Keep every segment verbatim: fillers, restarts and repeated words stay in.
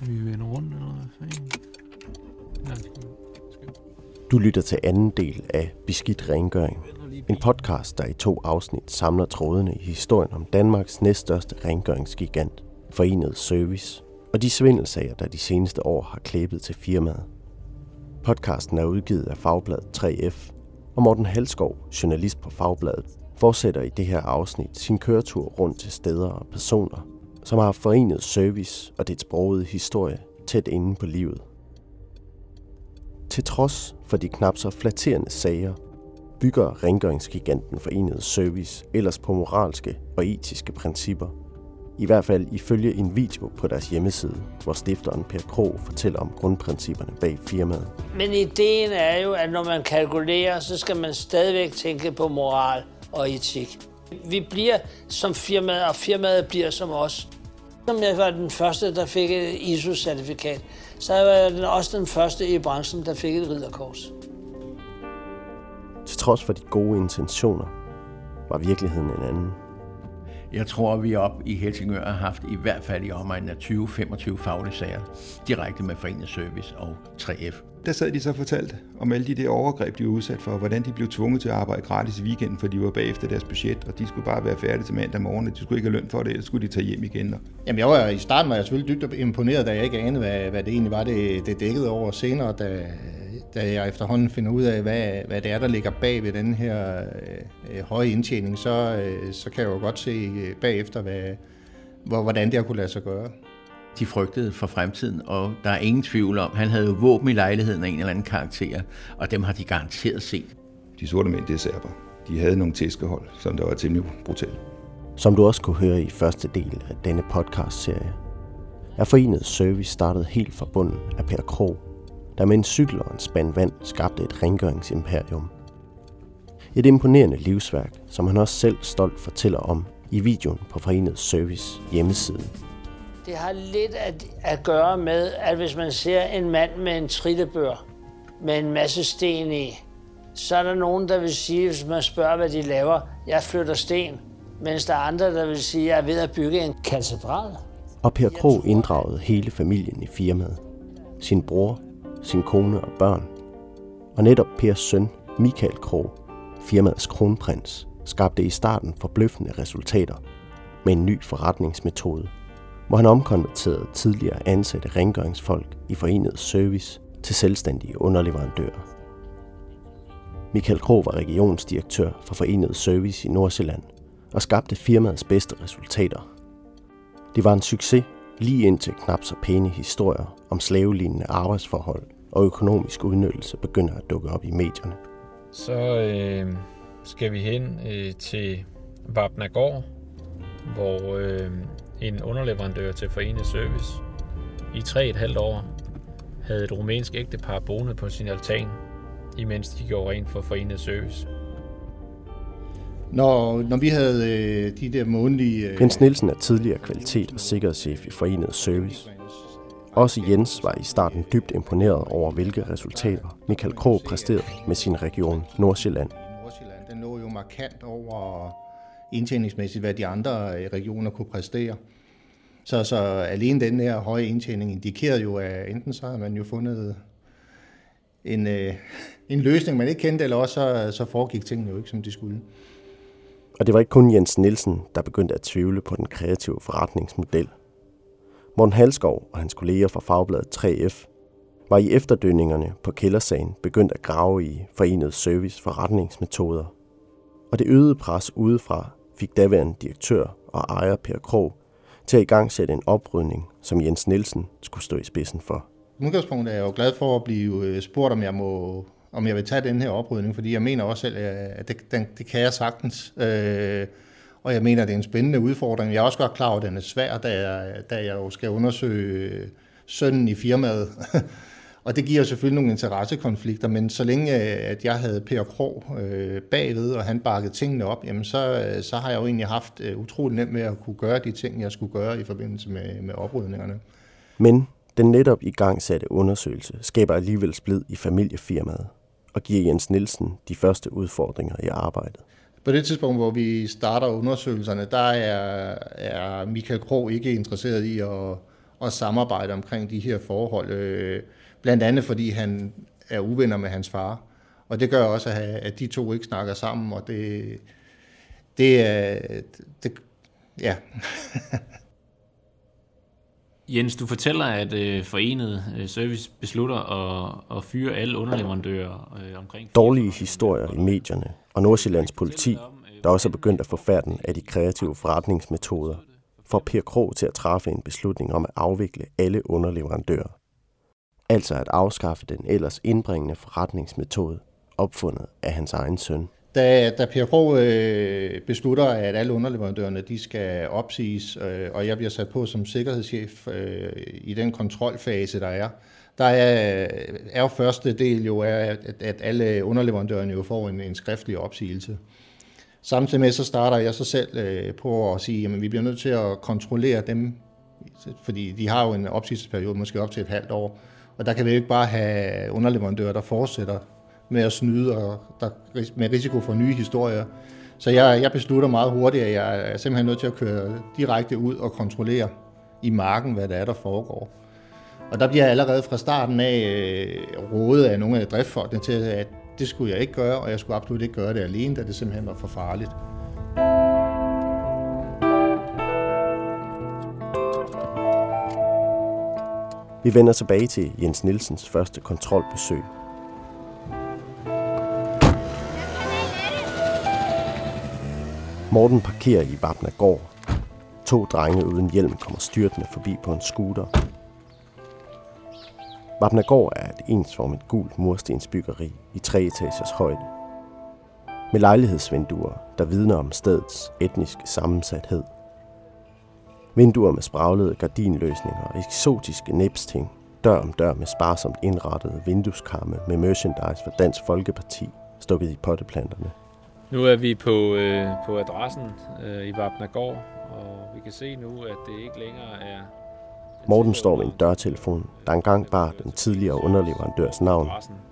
Vi vender rundt, eller hvad? Ja, skal, skal. Du lytter til anden del af Beskidt Rengøring. En podcast, der i to afsnit samler trådene i historien om Danmarks næststørste rengøringsgigant, Forenet Service, og de svindelsager, der de seneste år har klæbet til firmaet. Podcasten er udgivet af Fagbladet tre F, og Morten Halskov, journalist på Fagbladet, fortsætter i det her afsnit sin køretur rundt til steder og personer, som har Forenet Service og dets brogede historie tæt inde på livet. Til trods for de knap så flatterende sager, bygger rengøringsgiganten Forenet Service ellers på moralske og etiske principper. I hvert fald ifølge en video på deres hjemmeside, hvor stifteren Per Krog fortæller om grundprincipperne bag firmaet. Men ideen er jo, at når man kalkulerer, så skal man stadigvæk tænke på moral og etik. Vi bliver som firmaet, og firmaet bliver som os. Som jeg var den første, der fik et I S O-certifikat, så var jeg også den første i branchen, der fik et ridderkors. Til trods for de gode intentioner, var virkeligheden en anden. Jeg tror, vi op i Helsingør har haft i hvert fald i omegnen af tyve til femogtyve faglige sager direkte med Forenet Service og tre F. Der sad de så fortalt om alle de der overgreb, de var udsat for, hvordan de blev tvunget til at arbejde gratis i weekenden, for de var bagefter deres budget, og de skulle bare være færdige til mandag morgen, og de skulle ikke have løn for det, ellers skulle de tage hjem igen. Jamen jeg var i starten var jeg selvfølgelig dybt imponeret, da jeg ikke anede, hvad, hvad det egentlig var, det, det dækkede over. Senere, da, da jeg efterhånden finder ud af, hvad, hvad det er, der ligger bag ved den her øh, høje indtjening, så, øh, så kan jeg jo godt se bagefter, hvad, hvor, hvordan det har kunne lade sig gøre. De frygtede for fremtiden, og der er ingen tvivl om, han havde jo våben i lejligheden af en eller anden karakter, og dem har de garanteret set. De sorte mænd, det er serber. De havde nogle tæskehold, som der var temmelig brutale. Som du også kunne høre i første del af denne podcast-serie, er Forenet Service startet helt fra bunden af Per Krog, der med en cykel og en spand vand skabte et rengøringsimperium. Et imponerende livsværk, som han også selv stolt fortæller om i videoen på Forenet Service hjemmeside. Det har lidt at, at gøre med, at hvis man ser en mand med en trillebør med en masse sten i, så er der nogen, der vil sige, hvis man spørger, hvad de laver, jeg flytter sten, mens der er andre, der vil sige, jeg er ved at bygge en katedral. Og Per Krog inddragede hele familien i firmaet. Sin bror, sin kone og børn. Og netop Pers søn, Michael Krog, firmaets kronprins, skabte i starten forbløffende resultater med en ny forretningsmetode, hvor han omkonverterede tidligere ansatte rengøringsfolk i Forenet Service til selvstændige underleverandører. Michael Krog var regionsdirektør for Forenet Service i Nordsjælland og skabte firmaets bedste resultater. Det var en succes lige indtil knap så pæne historier om slavelignende arbejdsforhold og økonomisk udnyttelse begynder at dukke op i medierne. Så øh, skal vi hen øh, til Vapnagaard, hvor øh, en underleverandør til Forenet Service i tre og et halvt år havde et rumænsk ægtepar boende på sin altan, imens de gjorde rent for Forenet Service. Når, når vi havde øh, de der månedlige... Øh, Jens Nielsen er tidligere kvalitet- og sikkerhedschef i Forenet Service. Også Jens var i starten dybt imponeret over, hvilke resultater Michael Krog præsterede med sin region Nordsjælland. Nordsjælland, den lå jo markant over indtjeningsmæssigt, hvad de andre regioner kunne præstere. Så, så alene den her høje indtjening indikerede jo, at enten så har man jo fundet en, øh, en løsning, man ikke kendte, eller også så, så foregik tingene jo ikke, som de skulle. Og det var ikke kun Jens Nielsen, der begyndte at tvivle på den kreative forretningsmodel. Morten Halskov og hans kolleger fra Fagbladet tre F var i efterdønningerne på kældersagen begyndt at grave i Forenet Service forretningsmetoder. Og det øgede pres udefra fik daværende direktør og ejer Per Krog til at igangsætte en oprydning, som Jens Nielsen skulle stå i spidsen for. I udgangspunktet er jeg jo glad for at blive spurgt, om jeg må, om jeg vil tage den her oprydning, fordi jeg mener også selv, at det, den, det kan jeg sagtens. Øh, og jeg mener, at det er en spændende udfordring. Jeg er også godt klar over, at den er svær, da jeg, da jeg jo skal undersøge sønnen i firmaet. Og det giver selvfølgelig nogle interessekonflikter, men så længe at jeg havde Per Krog øh, bagved, og han bakkede tingene op, jamen så, så har jeg jo egentlig haft øh, utroligt nemt med at kunne gøre de ting, jeg skulle gøre i forbindelse med, med oprydningerne. Men den netop igangsatte undersøgelse skaber alligevel splid i familiefirmaet og giver Jens Nielsen de første udfordringer i arbejdet. På det tidspunkt, hvor vi starter undersøgelserne, der er, er Michael Krog ikke interesseret i at at samarbejde omkring de her forhold. Øh, blandt andet fordi han er uvenner med hans far. Og det gør også, at de to ikke snakker sammen, og det, det er... Det, ja. Jens, du fortæller, at øh, Forenet øh, Service beslutter at, at fyre alle underleverandører øh, omkring... Dårlige historier i medierne og Nordsjællands politi, der også er begyndt at få færden af de kreative forretningsmetoder, får Per Krog til at træffe en beslutning om at afvikle alle underleverandører. Altså at afskaffe den ellers indbringende forretningsmetode, opfundet af hans egen søn. Da, da Per Krog øh, beslutter, at alle underleverandørerne de skal opsiges, øh, og jeg bliver sat på som sikkerhedschef øh, i den kontrolfase, der er, der er, er jo første del jo, er, at, at alle underleverandørerne jo får en, en skriftlig opsigelse. Samtidig med så starter jeg så selv øh, på at sige, at vi bliver nødt til at kontrollere dem, fordi de har jo en opsigelsesperiode, måske op til et halvt år, og der kan vi jo ikke bare have underleverandører, der fortsætter med at snyde og der, med risiko for nye historier. Så jeg, jeg beslutter meget hurtigt, at jeg er simpelthen nødt til at køre direkte ud og kontrollere i marken, hvad der er, der foregår. Og der bliver jeg allerede fra starten af øh, rådet af nogle af driftfolkene til, at det skulle jeg ikke gøre, og jeg skulle absolut ikke gøre det alene, da det simpelthen var for farligt. Vi vender tilbage til Jens Nielsens første kontrolbesøg. Morten parkerer i Vapnagaard. To drenge uden hjelm kommer styrtende forbi på en scooter. Vapnagaard er et ensformigt gult murstensbyggeri i tre etagers højde. Med lejlighedsvinduer, der vidner om stedets etniske sammensathed. Vinduer med spraglede gardinløsninger og eksotiske nipsting, dør om dør med sparsomt indrettede vindueskarme med merchandise fra Dansk Folkeparti stukket i potteplanterne. Nu er vi på, øh, på adressen øh, i Vapnagaard, og vi kan se nu, at det ikke længere er... Morten står med en dørtelefon, der engang bar den tidligere underleverandørs navn.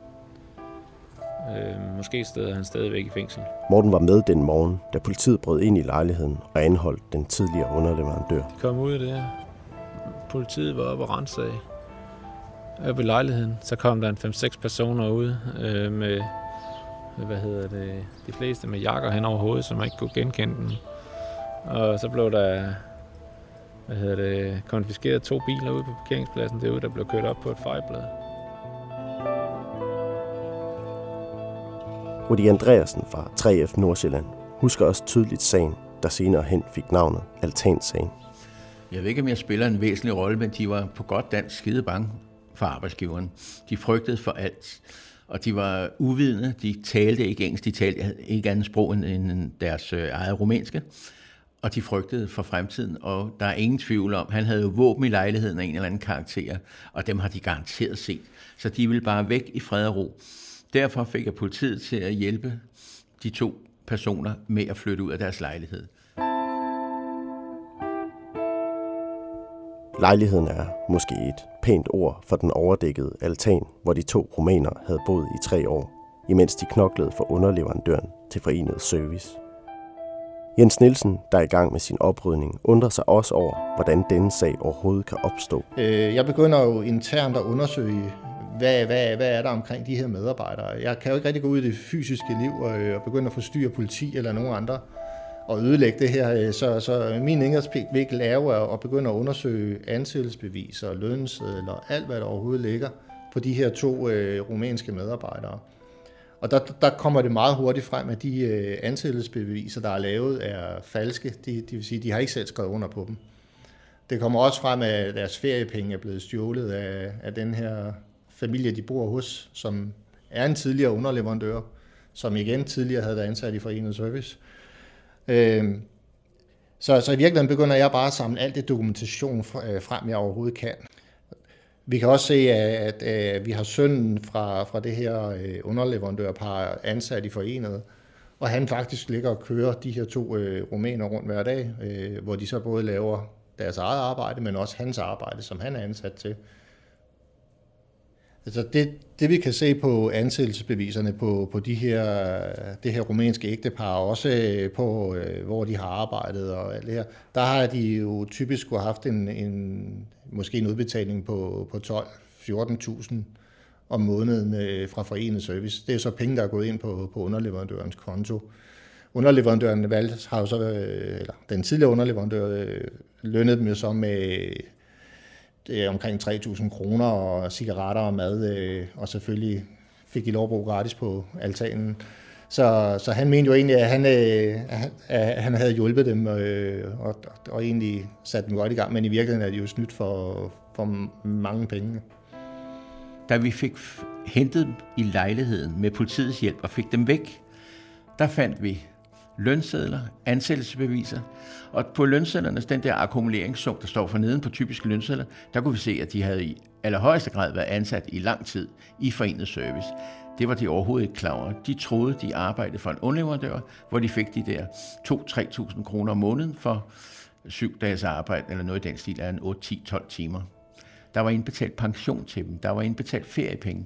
Øh, måske er han stadigvæk i fængsel. Morten var med den morgen, da politiet brød ind i lejligheden og anholdt den tidligere underleverandør. De kom ud af det her. Politiet var oppe og ransage oppe i lejligheden. Så kom der en fem seks personer ud øh, med... hvad hedder det, de fleste med jakker hen over hovedet, så man ikke kunne genkende dem. Og så blev der, hvad hedder det, konfiskeret to biler ude på parkeringspladsen derude, der blev kørt op på et fejlblad. Rudi Andreasen fra tre F Nordsjælland husker også tydeligt sagen, der senere hen fik navnet Altansagen. Jeg ved ikke, om jeg spiller en væsentlig rolle, men de var på godt dansk skide bange for arbejdsgiveren. De frygtede for alt. Og de var uvidende, de talte ikke engelsk, de talte ikke andet sprog end deres eget rumænske. Og de frygtede for fremtiden, og der er ingen tvivl om, han havde jo våben i lejligheden af en eller anden karakter, og dem har de garanteret set. Så de ville bare væk i fred og ro. Derfor fik jeg politiet til at hjælpe de to personer med at flytte ud af deres lejlighed. Lejligheden er måske et pænt ord for den overdækkede altan, hvor de to rumænere havde boet i tre år, imens de knoklede for underleverandøren til Forenet Service. Jens Nielsen, der er i gang med sin oprydning, undrer sig også over, hvordan denne sag overhovedet kan opstå. Jeg begynder jo internt at undersøge, hvad, hvad, hvad er der omkring de her medarbejdere. Jeg kan jo ikke rigtig gå ud i det fysiske liv og, og begynde at forstyrre politi eller nogen andre og ødelægge det her. Så, så min indgangsvinkel er jo at begynde at undersøge ansættelsesbeviser, lønsedler og alt, hvad der overhovedet ligger på de her to øh, rumænske medarbejdere. Og der, der kommer det meget hurtigt frem, at de øh, ansættelsesbeviser, der er lavet, er falske. De, det vil sige, de har ikke selv skrevet under på dem. Det kommer også frem, at deres feriepenge er blevet stjålet af, af den her familie, de bor hos, som er en tidligere underleverandør, som igen tidligere havde været ansat i Forenet Service. Øh, så, så i virkeligheden begynder jeg bare at samle alt det dokumentation frem, jeg overhovedet kan. Vi kan også se, at, at vi har sønnen fra, fra det her underleverandørpar ansat i Forenet, og han faktisk ligger og kører de her to øh, rumæner rundt hver dag, øh, hvor de så både laver deres eget arbejde, men også hans arbejde, som han er ansat til. Altså det, det vi kan se på ansættelsesbeviserne på, på de her, det her rumænske ægtepar, også på hvor de har arbejdet og alt det her, der har de jo typisk skulle have haft en, en, måske en udbetaling på, på tolv til fjorten tusind om måneden fra Forenet Service. Det er så penge, der er gået ind på, på underleverandørens konto. Underleverandøren valgte, har jo så, eller den tidligere underleverandør lønnede dem jo så med det er omkring tre tusind kroner og cigaretter og mad, øh, og selvfølgelig fik de lov at bruge gratis på altanen. Så, så han mente jo egentlig, at han, øh, at han havde hjulpet dem øh, og, og egentlig sat dem godt i gang, men i virkeligheden er de jo snydt for, for mange penge. Da vi fik hentet dem i lejligheden med politiets hjælp og fik dem væk, der fandt vi lønsedler, ansættelsesbeviser, og på lønsedlerne, den der akkumuleringssum, der står for neden på typiske lønsedler, der kunne vi se, at de havde i allerhøjeste grad været ansat i lang tid i Forenet Service. Det var de overhovedet ikke klar over. De troede, de arbejdede for en underleverandør, hvor de fik de der to til tre tusind kroner om måneden for syv dages arbejde, eller noget i den stil af en otte, ti, tolv timer. Der var indbetalt pension til dem, der var indbetalt feriepenge.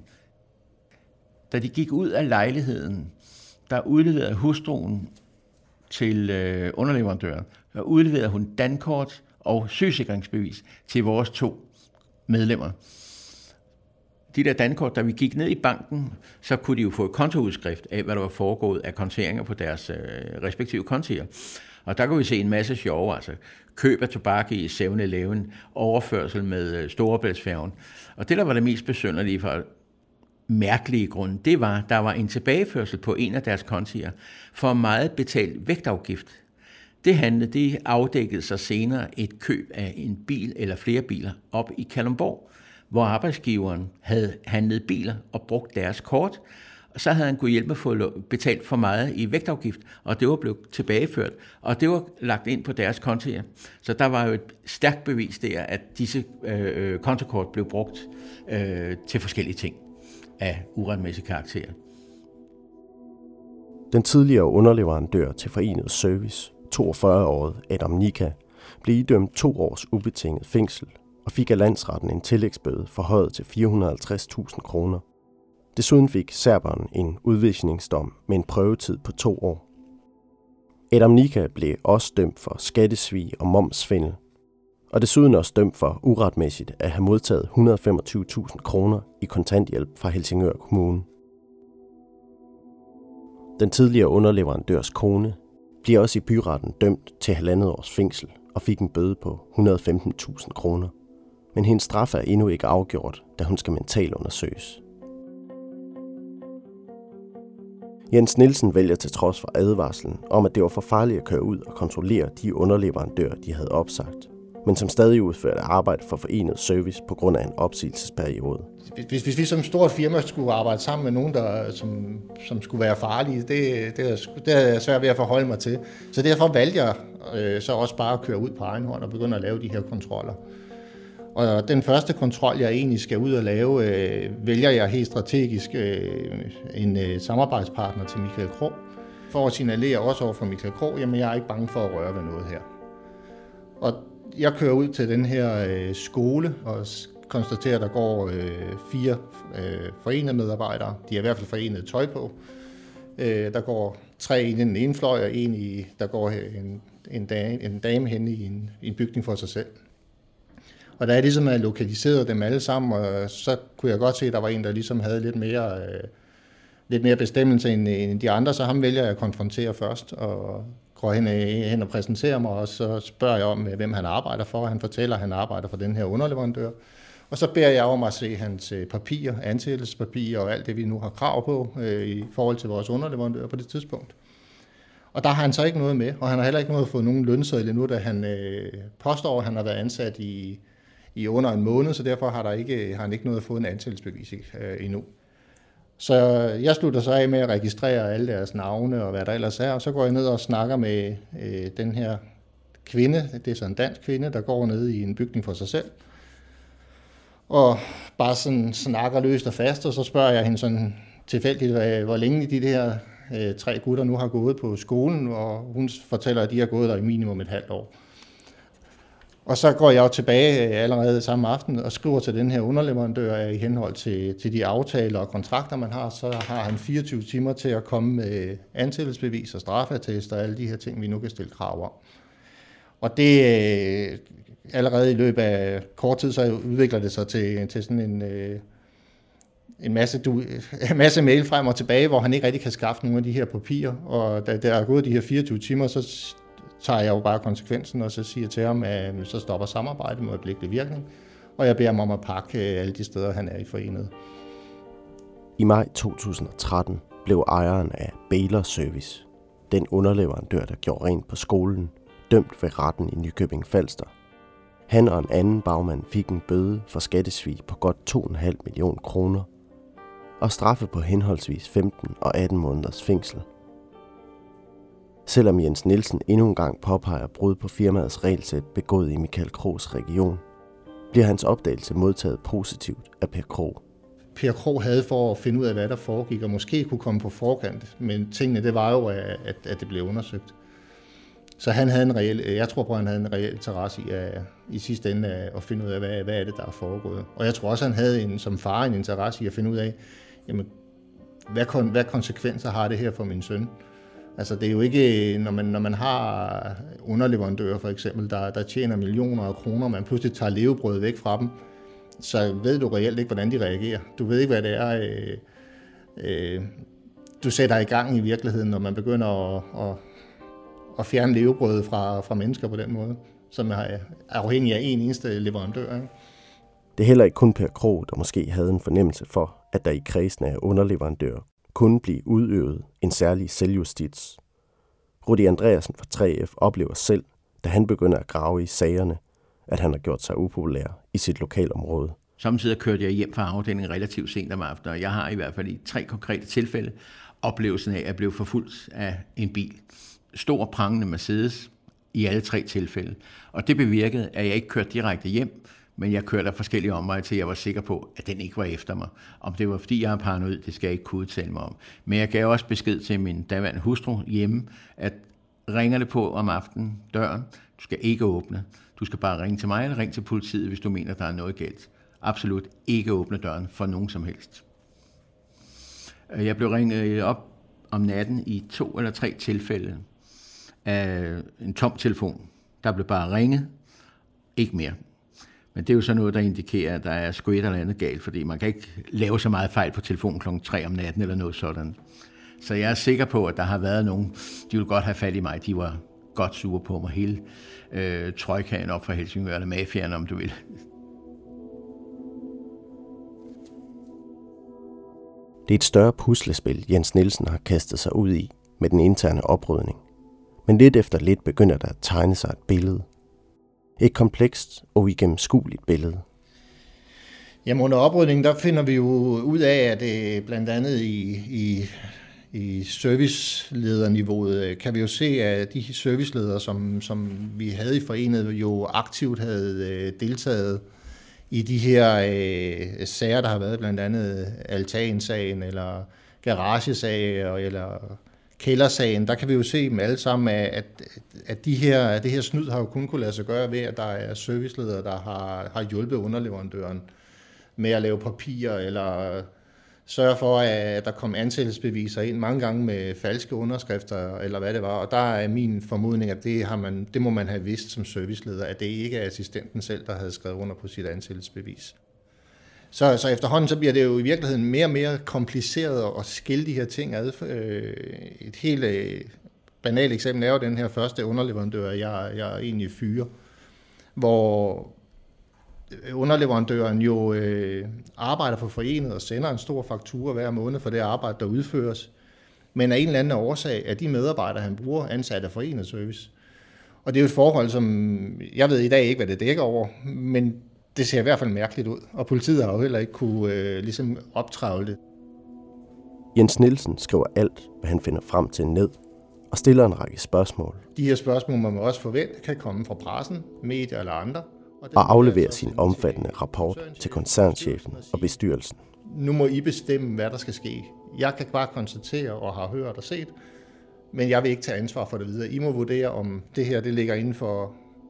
Da de gik ud af lejligheden, der udleverede hustruen til øh, underleverandøren, og udleverede hun dankort og sygesikringsbevis til vores to medlemmer. De der dankort, da vi gik ned i banken, så kunne de jo få et kontoudskrift af, hvad der var foregået af konteringer på deres øh, respektive kontier. Og der kunne vi se en masse sjove, altså køb af tobak i syv eleven, overførsel med øh, Storebæltsfærgen. Og det, der var det mest besynderlige for mærkelige grund, det var, der var en tilbageførsel på en af deres kontier for meget betalt vægtafgift. Det handlede, det afdækkede sig senere et køb af en bil eller flere biler op i Kalundborg, hvor arbejdsgiveren havde handlet biler og brugt deres kort, og så havde han kunnet hjælpe med at få betalt for meget i vægtafgift, og det var blevet tilbageført, og det var lagt ind på deres kontier. Så der var jo et stærkt bevis der, at disse øh, kontokort blev brugt øh, til forskellige ting af uretmæssig karakter. Den tidligere underleverandør til Forenet Service, toogfyrre-årige Adam Nika, blev idømt to års ubetinget fængsel og fik af landsretten en tillægsbøde forhøjet til fire hundrede og halvtreds tusind kroner. Desuden fik serberen en udvisningsdom med en prøvetid på to år. Adam Nika blev også dømt for skattesvig og momssvindel, og desuden også dømt for uretmæssigt at have modtaget et hundrede og femogtyve tusind kroner i kontanthjælp fra Helsingør Kommune. Den tidligere underleverandørs kone bliver også i byretten dømt til halvandet års fængsel og fik en bøde på et hundrede og femten tusind kroner. Men hendes straf er endnu ikke afgjort, da hun skal mentalundersøges. Jens Nielsen vælger til trods for advarslen om, at det var for farligt at køre ud og kontrollere de underleverandører, de havde opsagt, men som stadig udførte arbejde for Forenet Service på grund af en opsigelsesperiode. Hvis, hvis vi som stort firma skulle arbejde sammen med nogen, der, som, som skulle være farlige, det, det, er, det er svært ved at forholde mig til. Så derfor valgte jeg øh, så også bare at køre ud på egen hånd og begynde at lave de her kontroller. Og den første kontrol, jeg egentlig skal ud og lave, øh, vælger jeg helt strategisk øh, en øh, samarbejdspartner til Michael Krog, for at signalere også over for Michael Krog, jamen jeg er ikke bange for at røre ved noget her. Og jeg kører ud til den her øh, skole og konstaterer, at der går øh, fire øh, forenede medarbejdere. De har i hvert fald forenet tøj på. Øh, der går tre i den ene fløj, og en i, der går en, en, dame, en dame hen i en, i en bygning for sig selv. Og da jeg ligesom havde lokaliseret dem alle sammen, og så kunne jeg godt se, at der var en, der ligesom havde lidt mere, øh, lidt mere bestemmelse end, end de andre, så ham vælger jeg at konfrontere først, og går hen, hen og præsenterer mig, og så spørger jeg om, hvem han arbejder for. Han fortæller, at han arbejder for den her underleverandør. Og så beder jeg om at se hans papirer, ansættelsespapirer og alt det, vi nu har krav på øh, i forhold til vores underleverandør på det tidspunkt. Og der har han så ikke noget med, og han har heller ikke noget fået nogen lønseddel endnu, da han øh, påstår, at han har været ansat i, i under en måned, så derfor har, der ikke, har han ikke noget at få en ansættelsesbevis øh, endnu. Så jeg slutter så af med at registrere alle deres navne og hvad der ellers er, og så går jeg ned og snakker med øh, den her kvinde, det er så en dansk kvinde, der går ned i en bygning for sig selv, og bare sådan snakker løst og fast, og så spørger jeg hende sådan tilfældigt, hvor længe de her øh, tre gutter nu har gået på skolen, og hun fortæller, at de har gået der i minimum et halvt år. Og så går jeg jo tilbage allerede samme aften og skriver til den her underleverandør, at i henhold til, til de aftaler og kontrakter, man har, så har han fireogtyve timer til at komme med ansættelsesbevis og straffeattester og alle de her ting, vi nu kan stille krav om. Og det allerede i løbet af kort tid, så udvikler det sig til, til sådan en, en, masse, du, en masse mail frem og tilbage, hvor han ikke rigtig kan skaffe nogle af de her papirer. Og da der er gået de her fireogtyve timer, så tager jeg jo bare konsekvensen, og så siger til ham, at så stopper samarbejdet med øjeblikkelig virkning, og jeg beder ham om at pakke alle de steder, han er i forenet. I maj to tusind og tretten blev ejeren af Baylor Service, den underleverandør, der gjorde rent på skolen, dømt ved retten i Nykøbing Falster. Han og en anden bagmand fik en bøde for skattesvig på godt to komma fem millioner kroner og straffe på henholdsvis femten og atten måneders fængsel. Selvom Jens Nielsen endnu en gang påpeger brud på firmaets regelsæt begået i Michael Krogs region, bliver hans opdagelse modtaget positivt af Per Krog. Per Krog havde for at finde ud af, hvad der foregik, og måske kunne komme på forkant, men tingene, det var jo, at, at det blev undersøgt. Så han havde en reel, jeg tror på, at han havde en reel interesse i, at, i sidste ende at finde ud af, hvad, hvad er det, der er foregået. Og jeg tror også, at han havde en, som far en interesse i at finde ud af, jamen, hvad, hvad konsekvenser har det her for min søn? Altså det er jo ikke, når man, når man har underleverandører for eksempel, der, der tjener millioner af kroner, og man pludselig tager levebrødet væk fra dem, så ved du reelt ikke, hvordan de reagerer. Du ved ikke, hvad det er, øh, øh, du sætter i gang i virkeligheden, når man begynder at, at, at fjerne levebrødet fra, fra mennesker på den måde, som er afhængig af en eneste leverandør. Ikke? Det er heller ikke kun Per Krog, der måske havde en fornemmelse for, at der i kredsen af underleverandører kunne blive udøvet en særlig selvjustits. Rudi Andreasen fra tre F oplever selv, da han begynder at grave i sagerne, at han har gjort sig upopulær i sit lokalområde. Samtidig kørte jeg hjem fra afdelingen relativt sent om aftenen, og jeg har i hvert fald i tre konkrete tilfælde oplevelsen af at blive forfulgt af en bil. Stor prangende Mercedes i alle tre tilfælde. Og det bevirkede, at jeg ikke kørte direkte hjem, men jeg kørte af forskellige omveje til, jeg var sikker på, at den ikke var efter mig. Om det var, fordi jeg er paranoid, det skal jeg ikke kunne udtale mig om. Men jeg gav også besked til min daværende hustru hjemme, at ringer det på om aftenen, døren, du skal ikke åbne. Du skal bare ringe til mig, eller ringe til politiet, hvis du mener, der er noget galt. Absolut ikke åbne døren for nogen som helst. Jeg blev ringet op om natten i to eller tre tilfælde af en tom telefon. Der blev bare ringet, ikke mere. Men det er jo så noget, der indikerer, at der er sgu et eller andet galt, fordi man kan ikke lave så meget fejl på telefonen klokken tre om natten eller noget sådan. Så jeg er sikker på, at der har været nogen, de ville godt have fat i mig, de var godt sure på mig, hele øh, trojkagen op fra Helsingør, eller mafiaen, om du vil. Det er et større puslespil, Jens Nielsen har kastet sig ud i med den interne oprydning. Men lidt efter lidt begynder der at tegne sig et billede. Et komplekst og uigennemskueligt billede. Jamen under oprydningen, der finder vi jo ud af, at det blandt andet i, i, i servicelederniveauet, kan vi jo se, at de serviceledere, som, som vi havde i forenet, jo aktivt havde deltaget i de her øh, sager, der har været, blandt andet altansagen, eller garagesager, eller kældersagen. Der kan vi jo se dem alle sammen, at, at de her, det her snyd har jo kun kunne lade sig gøre ved, at der er serviceledere, der har, har hjulpet underleverandøren med at lave papirer, eller sørge for, at der kom ansættelsesbeviser ind mange gange med falske underskrifter, eller hvad det var. Og der er min formodning, at det, har man, det må man have vidst som serviceleder, at det ikke er assistenten selv, der havde skrevet under på sit ansættelsesbevis. Så, så efterhånden så bliver det jo i virkeligheden mere og mere kompliceret at skille de her ting ad. Et helt øh, banalt eksempel er jo den her første underleverandør, jeg, jeg egentlig fyrer, hvor underleverandøren jo øh, arbejder for forenet og sender en stor faktura hver måned for det arbejde, der udføres. Men af en eller anden årsag er de medarbejdere, han bruger, ansat af forenet service. Og det er jo et forhold, som jeg ved i dag ikke, hvad det dækker over, men det ser i hvert fald mærkeligt ud. Og politiet har jo heller ikke kunne øh, ligesom optrævle det. Jens Nielsen skriver alt, hvad han finder frem til ned, og stiller en række spørgsmål. De her spørgsmål, man må også forvente, kan komme fra pressen, medier eller andre. Og afleverer sin omfattende rapport til koncernchefen og bestyrelsen. Nu må I bestemme, hvad der skal ske. Jeg kan bare konstatere og har hørt og set, men jeg vil ikke tage ansvar for det videre. I må vurdere, om det her det ligger inden for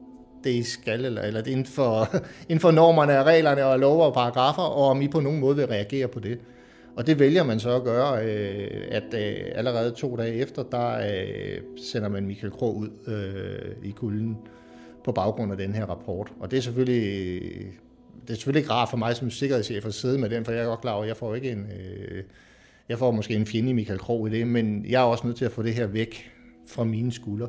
det I skal, eller, eller det inden for, inden for normerne af reglerne og lover og paragrafer, og om I på nogen måde vil reagere på det. Og det vælger man så at gøre, øh, at øh, allerede to dage efter, der øh, sender man Michael Krog ud øh, i kulden på baggrund af den her rapport. Og det er selvfølgelig, det er selvfølgelig ikke rart for mig som sikkerhedschef at sidde med den, for jeg er godt klar over, at jeg får ikke en, øh, jeg får måske en fjende i Michael Krog i det, men jeg er også nødt til at få det her væk fra mine skuldre.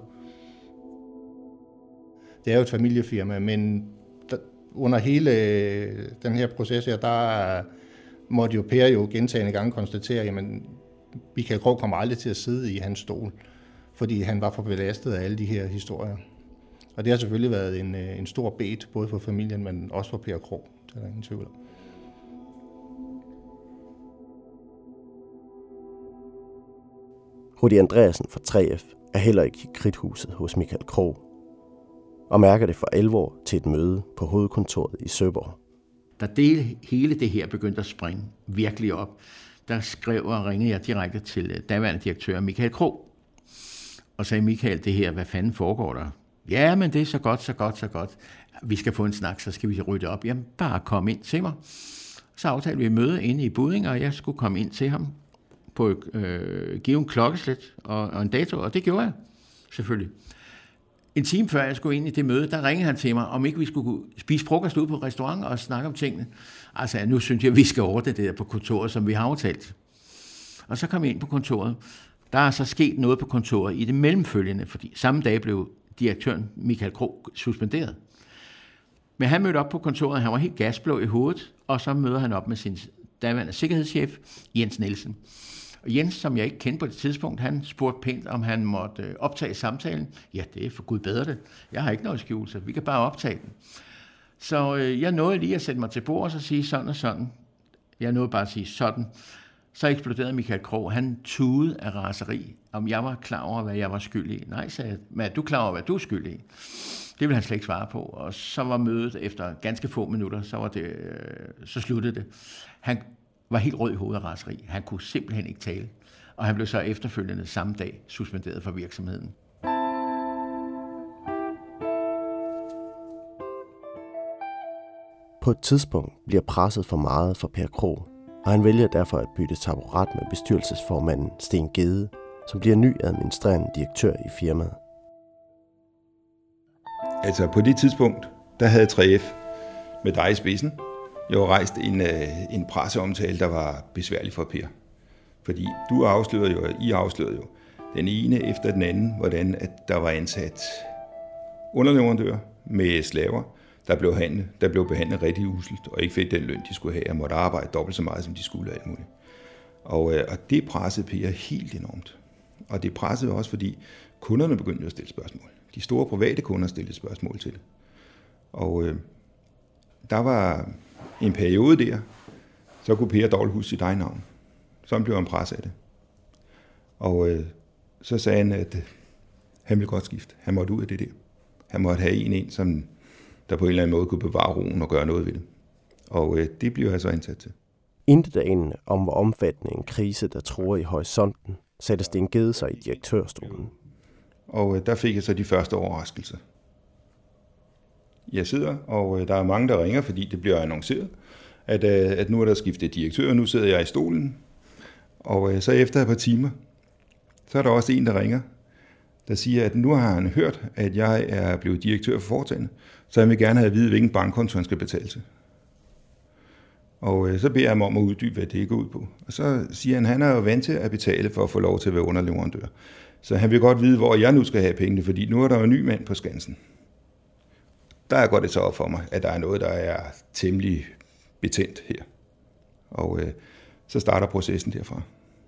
Det er jo et familiefirma, men der, under hele den her proces her, der måtte jo Per jo gentagne gange konstatere, at Michael Krog kommer aldrig til at sidde i hans stol, fordi han var for belastet af alle de her historier. Og det har selvfølgelig været en, en stor bet, både for familien, men også for Per Krog, det er der ingen tvivl om. Rudi Andreasen fra tre F er heller ikke i kridthuset hos Michael Krog, og mærker det for alvor til et møde på hovedkontoret i Søborg. Da det, hele det her begyndte at springe virkelig op, der skrev og ringede jeg direkte til daværende direktør Michael Krog, og sagde, Michael, det her, hvad fanden foregår der? Ja, men det er så godt, så godt, så godt. Vi skal få en snak, så skal vi rydde op. Jamen, bare kom ind til mig. Så aftalte vi et møde inde i Budding, og jeg skulle komme ind til ham på øh, give en klokkeslæt og, og en dato, og det gjorde jeg selvfølgelig. En time før jeg skulle ind i det møde, der ringede han til mig, om ikke vi skulle spise frokost ude på restaurant og snakke om tingene. Altså, nu synes jeg, vi skal ordne det der på kontoret, som vi har aftalt. Og så kom jeg ind på kontoret. Der er så sket noget på kontoret i det mellemfølgende, fordi samme dag blev direktøren Michael Krog suspenderet. Men han mødte op på kontoret, han var helt gasblå i hovedet, og så møder han op med sin daværende sikkerhedschef, Jens Nielsen. Og Jens, som jeg ikke kendte på det tidspunkt, han spurgte pænt, om han måtte optage samtalen. Ja, det er for Gud bedre det. Jeg har ikke noget skjulelse, vi kan bare optage den. Så øh, jeg nåede lige at sætte mig til bordet og sige sådan og sådan. Jeg nåede bare at sige sådan. Så eksploderede Michael Krog. Han tudede af raseri, om jeg var klar over, hvad jeg var skyldig i. Nej, sagde jeg, men er du klar over, hvad du er skyldig i? Det ville han slet ikke svare på. Og så var mødet efter ganske få minutter, så, var det, øh, så sluttede det. Han var helt rød i hovedet af raseri. Han kunne simpelthen ikke tale. Og han blev så efterfølgende samme dag suspenderet fra virksomheden. På et tidspunkt bliver presset for meget for Per Krog, og han vælger derfor at bytte taburet med bestyrelsesformanden Sten Gede, som bliver ny administrerende direktør i firmaet. Altså på det tidspunkt, der havde tre F med dig i spidsen jo rejst en, en presseomtale, der var besværlig for Per. Fordi du afslørede jo, I afslørede jo den ene efter den anden, hvordan at der var ansat underleverandører med slaver, der blev, handlet, der blev behandlet rigtig uselt, og ikke fik den løn, de skulle have, og måtte arbejde dobbelt så meget, som de skulle alt muligt. Og, og det pressede Per helt enormt. Og det pressede også, fordi kunderne begyndte at stille spørgsmål. De store private kunder stillede spørgsmål til det. Og øh, der var en periode der, så kunne Per dårligt huske sit egen navn. Så blev han presset af det. Og øh, så sagde han, at øh, han ville godt skifte. Han måtte ud af det der. Han måtte have en en, som der på en eller anden måde kunne bevare roen og gøre noget ved det. Og øh, det bliver jeg så indsat til. Intet anende om, hvor omfattende en krise, der truer i horisonten, satte Sten Gede sig i direktørstolen. Og øh, der fik jeg så de første overraskelser. Jeg sidder, og øh, der er mange, der ringer, fordi det bliver annonceret, at, øh, at nu er der skiftet direktør, og nu sidder jeg i stolen. Og øh, så efter et par timer, så er der også en, der ringer, der siger, at nu har han hørt, at jeg er blevet direktør for foretagendet, så han vil gerne have at vide, hvilken bankkonto han skal betale til. Og øh, så beder jeg ham om at uddybe, hvad det går ud på. Og så siger han, at han er jo vant til at betale for at få lov til at være underleverandør. Så han vil godt vide, hvor jeg nu skal have pengene, fordi nu er der jo en ny mand på Skansen. Der går det så op for mig, at der er noget, der er temmelig betændt her. Og øh, så starter processen derfra.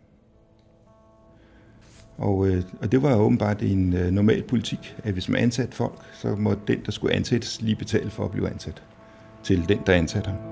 Og, øh, og det var jo åbenbart en øh, normal politik, at hvis man ansatte folk, så må den, der skulle ansættes, lige betale for at blive ansat til den, der ansatte ham.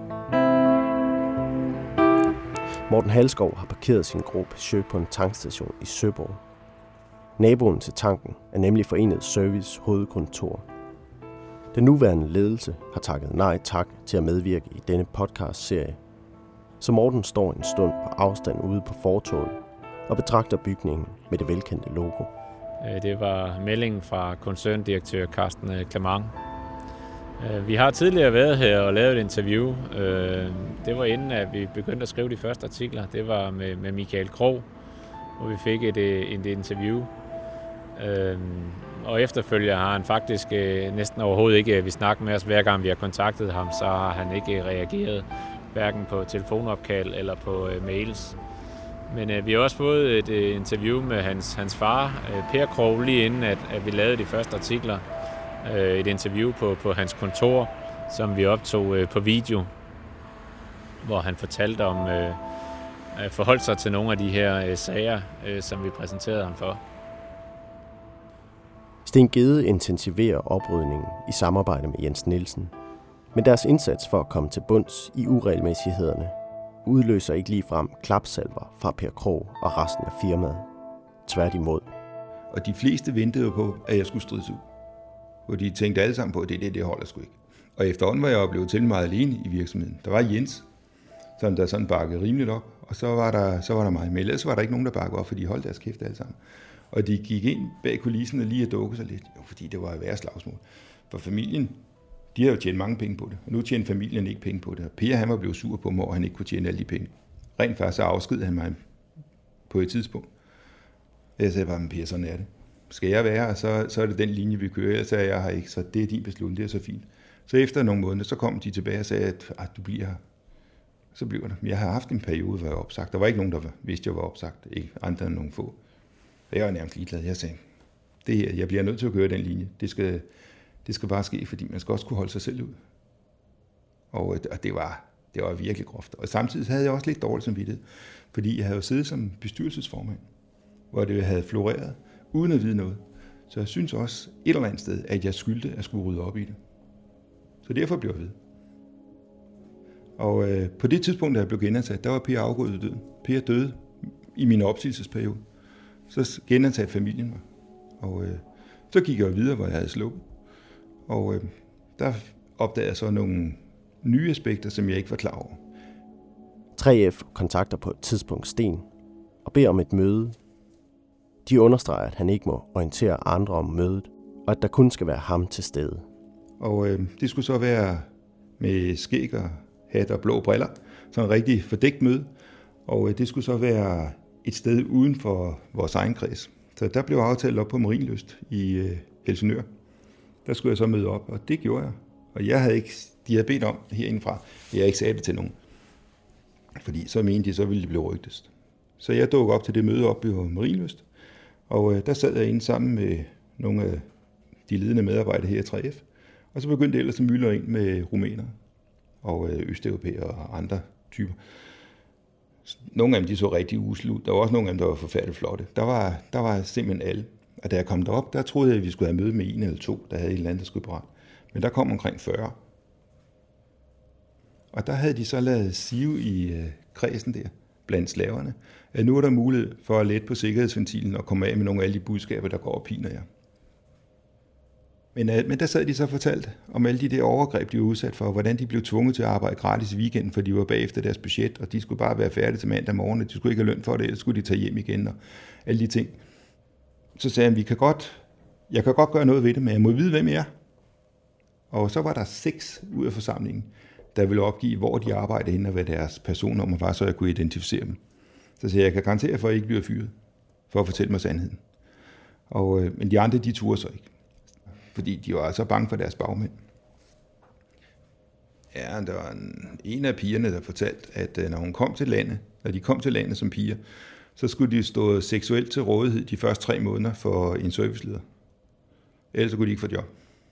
Morten Halskov har parkeret sin grå Peugeot på en tankstation i Søborg. Naboen til tanken er nemlig Forenet Service hovedkontor. Den nuværende ledelse har takket nej tak til at medvirke i denne podcast-serie. Så Morten står en stund på afstand ude på fortovet og betragter bygningen med det velkendte logo. Det var meldingen fra koncerndirektør Carsten Clement, Vi har tidligere været her og lavet et interview. Det var inden, at vi begyndte at skrive de første artikler. Det var med, med Michael Krog, hvor vi fik et, et interview. Og efterfølgende har han faktisk næsten overhovedet ikke vi snakket med os. Hver gang vi har kontaktet ham, så har han ikke reageret, hverken på telefonopkald eller på mails. Men vi har også fået et interview med hans, hans far, Per Krog, lige inden at, at vi lavede de første artikler. Et interview på, på hans kontor, som vi optog øh, på video, hvor han fortalte om øh, at forholde sig til nogle af de her øh, sager, øh, som vi præsenterede ham for. Sten Gede intensiverer oprydningen i samarbejde med Jens Nielsen, men deres indsats for at komme til bunds i uregelmæssighederne udløser ikke ligefrem klapsalver fra Per Krog og resten af firmaet. Tværtimod. Og de fleste ventede jo på, at jeg skulle strides ud. Hvor de tænkte alle sammen på, at det, det, det holder sgu ikke. Og efterhånden var jeg blevet til meget alene i virksomheden. Der var Jens, som der sådan bakkede rimeligt op, og så var der, så var der mig. Men ellers var der ikke nogen, der bakkede op, for de holdt deres kæft alle sammen. Og de gik ind bag kulissen og lige at dukke sig lidt, jo, fordi det var et værre slagsmål. For familien, de har jo tjent mange penge på det, og nu tjente familien ikke penge på det. Og Per, han var blevet sur på mig, og han ikke kunne tjene alle de penge. Rent faktisk så afskedede han mig på et tidspunkt. Jeg sagde bare, men Per, sådan er det. Skal jeg være, så, så er det den linje, vi kører, ellers er jeg her ikke, så det er din beslutning, det er så fint. Så efter nogle måneder, så kom de tilbage og sagde, at, at du bliver her. Så bliver det. Jeg har haft en periode, hvor jeg var opsagt. Der var ikke nogen, der vidste, at jeg var opsagt. Ikke andre end nogle få. Jeg var nærmest ligeglad. Jeg sagde, det her, jeg bliver nødt til at køre den linje. Det skal, det skal bare ske, fordi man skal også kunne holde sig selv ud. Og, og det, var, det var virkelig groft. Og samtidig havde jeg også lidt dårligt samvittighed, fordi jeg havde jo siddet som bestyrelsesformand, hvor det havde floreret, uden at vide noget. Så jeg synes også et eller andet sted, at jeg skyldte at skulle rydde op i det. Så derfor blev jeg ved. Og øh, på det tidspunkt, da jeg blev genansat, der var Per afgået ved døden. Per døde i min opsigelsesperiode. Så genansatte familien mig. Og øh, så gik jeg videre, hvor jeg havde sluppet. Og øh, der opdagede jeg så nogle nye aspekter, som jeg ikke var klar over. tre F kontakter på et tidspunkt Sten og beder om et møde. De understreger, at han ikke må orientere andre om mødet, og at der kun skal være ham til stede. Og øh, det skulle så være med skæg og hat og blå briller, så en rigtig fordækt møde. Og øh, det skulle så være et sted uden for vores egen kreds. Så der blev aftalt op på Marienlyst i øh, Helsingør. Der skulle jeg så møde op, og det gjorde jeg. Og jeg havde ikke, de havde bedt om herindefra, at jeg ikke sagde det til nogen. Fordi så mente de, så ville det blive rygtest. Så jeg dukkede op til det møde op på Marienlyst. Og øh, der sad jeg inde sammen med nogle af de ledende medarbejdere her i tre F. Og så begyndte det ellers at mylde ind med rumænere og øh, østeuropæere og andre typer. Nogle af dem, de så rigtig usle ud. Der var også nogle af dem, der var forfærdeligt flotte. Der var, der var simpelthen alle. Og da jeg kom derop, der troede jeg, at vi skulle have møde med en eller to, der havde et eller andet, der skulle brænde. Men der kom omkring fyrre. Og der havde de så lavet sive i øh, kredsen der, blandt slaverne, at nu er der mulighed for at lette på sikkerhedsventilen og komme af med nogle af alle de budskaber, der går og piner jer. Men, øh, men der sad de så fortalt om alle de der overgreb, de var udsat for, hvordan de blev tvunget til at arbejde gratis i weekenden, for de var bagefter deres budget, og de skulle bare være færdige til mandag morgen, og de skulle ikke have løn for det, ellers skulle de tage hjem igen, og alle de ting. Så sagde han, vi kan godt, jeg kan godt gøre noget ved det, men jeg må vide, hvem jeg er. Og så var der seks ud af forsamlingen, der ville opgive, hvor de arbejdede henne, og hvad deres personnummer var, så jeg kunne identificere dem. Så sagde jeg, jeg kan garantere for, at I ikke bliver fyret, for at fortælle mig sandheden. Og, øh, men de andre, de turde så ikke. Fordi de var så bange for deres bagmænd. Ja, der var en, en af pigerne, der fortalte, at når hun kom til landet, når de kom til landet som piger, så skulle de stå seksuelt til rådighed de første tre måneder for en serviceleder. Ellers så kunne de ikke få job.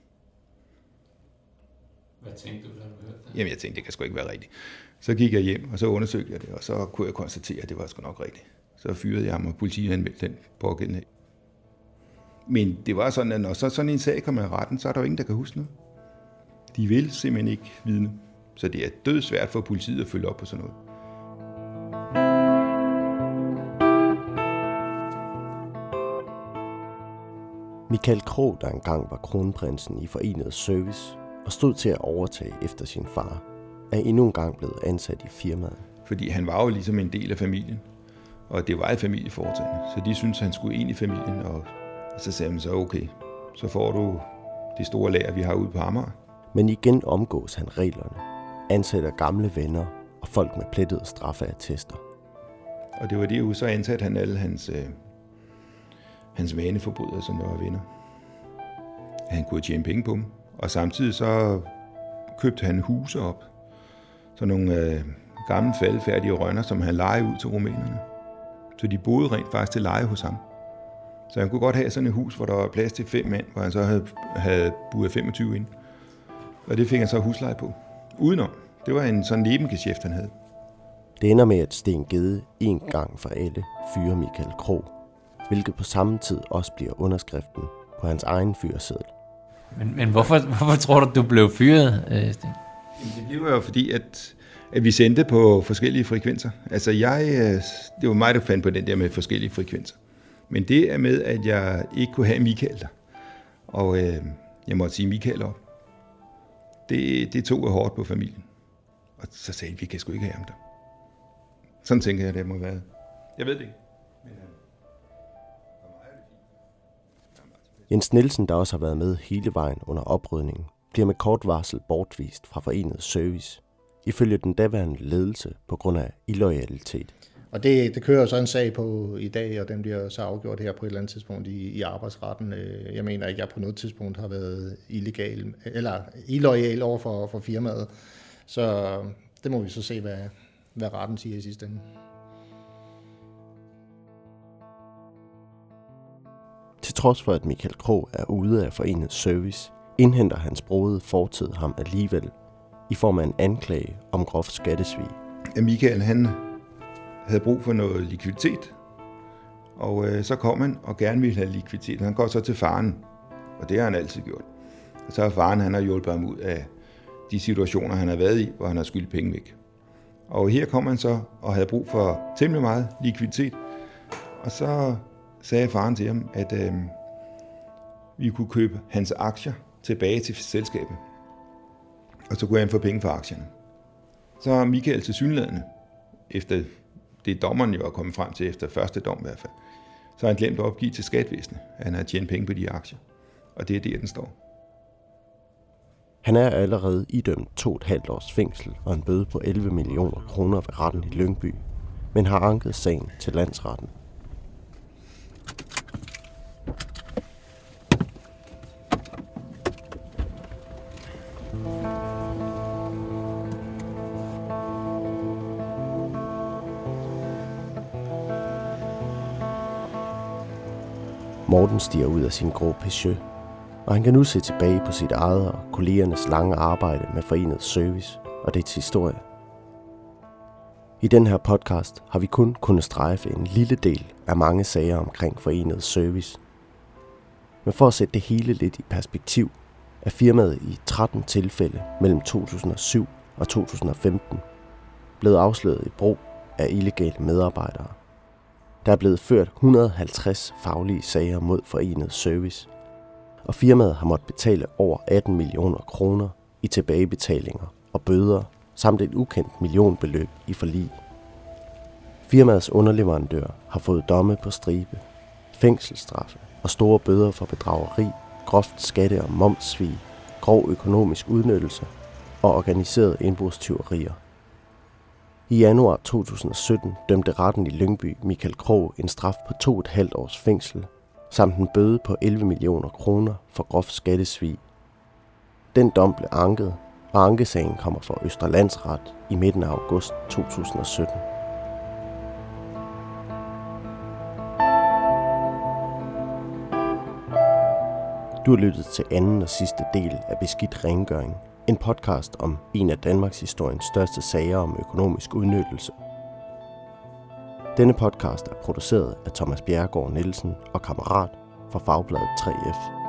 Hvad tænkte du, da du hørte det? Jamen, jeg tænkte, det kan sgu ikke være rigtigt. Så gik jeg hjem, og så undersøgte jeg det, og så kunne jeg konstatere, at det var sgu nok rigtigt. Så fyrede jeg ham, og politiet anmeldte den pågældende. Men det var sådan, at når så sådan en sag kommer i retten, så er der jo ingen, der kan huske noget. De vil simpelthen ikke vidne. Så det er dødsvært for politiet at følge op på sådan noget. Michael Krog, der engang var kronprinsen i Forenet Service og stod til at overtage efter sin far, er endnu en gang blevet ansat i firmaet. Fordi han var jo ligesom en del af familien, og det var et familieforetagende. Så de syntes, han skulle ind i familien, og så sagde man så, okay, så får du det store lager, vi har ude på Amager. Men igen omgås han reglerne, ansætter gamle venner og folk med plettede straffeattester. Og det var det jo, så ansatte han alle hans, øh, hans vaneforbrydere, som var venner. Han kunne tjene penge på dem, og samtidig så købte han huse op. Så nogle øh, gamle faldefærdige rønner, som han lejede ud til rumænerne. Så de boede rent faktisk til leje hos ham. Så han kunne godt have sådan et hus, hvor der var plads til fem mænd, hvor han så havde, havde buet femogtyve ind. Og det fik han så husleje på. Udenom. Det var en sådan nebengeschæft, han havde. Det ender med, at Sten Gede en gang for alle fyrer Michael Krog, hvilket på samme tid også bliver underskriften på hans egen fyreseddel. Men, men hvorfor, hvorfor tror du, du blev fyret, øh, Sten? Det blev jo fordi, at, at vi sendte på forskellige frekvenser. Altså jeg, det var mig, der fandt på den der med forskellige frekvenser. Men det er med, at jeg ikke kunne have Michael der. Og øh, jeg måtte sige Michael op. Det, det tog jeg hårdt på familien. Og så sagde jeg, vi kan sgu ikke have ham der. Sådan tænker jeg, det må være. Jeg ved det ikke. Men, øh, Jens Nielsen, der også har været med hele vejen under oprydningen, bliver med kort varsel bortvist fra Forenet Service, ifølge den daværende ledelse på grund af illoyalitet. Og det, det kører så en sag på i dag, og den bliver så afgjort her på et eller andet tidspunkt i, i arbejdsretten. Jeg mener ikke, at jeg på noget tidspunkt har været illegal, eller illoyal over for, for firmaet. Så det må vi så se, hvad, hvad retten siger i sidste ende. Til trods for, at Michael Krog er ude af Forenet Service, indhenter hans brogede fortid ham alligevel i form af en anklage om groft skattesvig. Michael, han havde brug for noget likviditet, og øh, så kom han og gerne ville have likviditet. Han går så til faren, og det har han altid gjort. Og så har faren, han har hjulpet ham ud af de situationer, han har været i, hvor han har skyldt penge væk. Og her kom han så og havde brug for temmelig meget likviditet, og så sagde faren til ham, at øh, vi kunne købe hans aktier tilbage til selskabet, og så kunne han få penge for aktierne. Så har Michael tilsyneladende, efter det dommeren jo er kommet frem til, efter første dom i hvert fald, så har han glemt at opgive til skattevæsenet, at han har tjent penge på de aktier. Og det er der, den står. Han er allerede idømt to og et halvt års fængsel og en bøde på elleve millioner kroner ved retten i Lyngby, men har anket sagen til landsretten. Morten stiger ud af sin grå Peugeot, og han kan nu se tilbage på sit eget og kollegernes lange arbejde med Forenet Service og dets historie. I den her podcast har vi kun kunnet strejfe en lille del af mange sager omkring Forenet Service. Men for at sætte det hele lidt i perspektiv, er firmaet i tretten tilfælde mellem to tusind og syv og to tusind og femten blevet afsløret i brug af illegale medarbejdere. Der er blevet ført et hundrede og halvtreds faglige sager mod Forenet Service, og firmaet har måttet betale over atten millioner kroner i tilbagebetalinger og bøder, samt et ukendt millionbeløb i forlig. Firmaets underleverandør har fået domme på stribe, fængselsstraffe og store bøder for bedrageri, groft skatte- og momssvig, grov økonomisk udnyttelse og organiseret indbrudstyverier. I januar to tusind og sytten dømte retten i Lyngby Michael Krog en straf på to og et halvt års fængsel, samt en bøde på elleve millioner kroner for groft skattesvig. Den dom blev anket, og ankesagen kommer fra Østre Landsret i midten af august to tusind og sytten. Du har lyttet til anden og sidste del af Beskidt Rengøring, en podcast om en af Danmarks historiens største sager om økonomisk udnyttelse. Denne podcast er produceret af Thomas Bjerregaard Nielsen og kammerat fra Fagbladet tre F.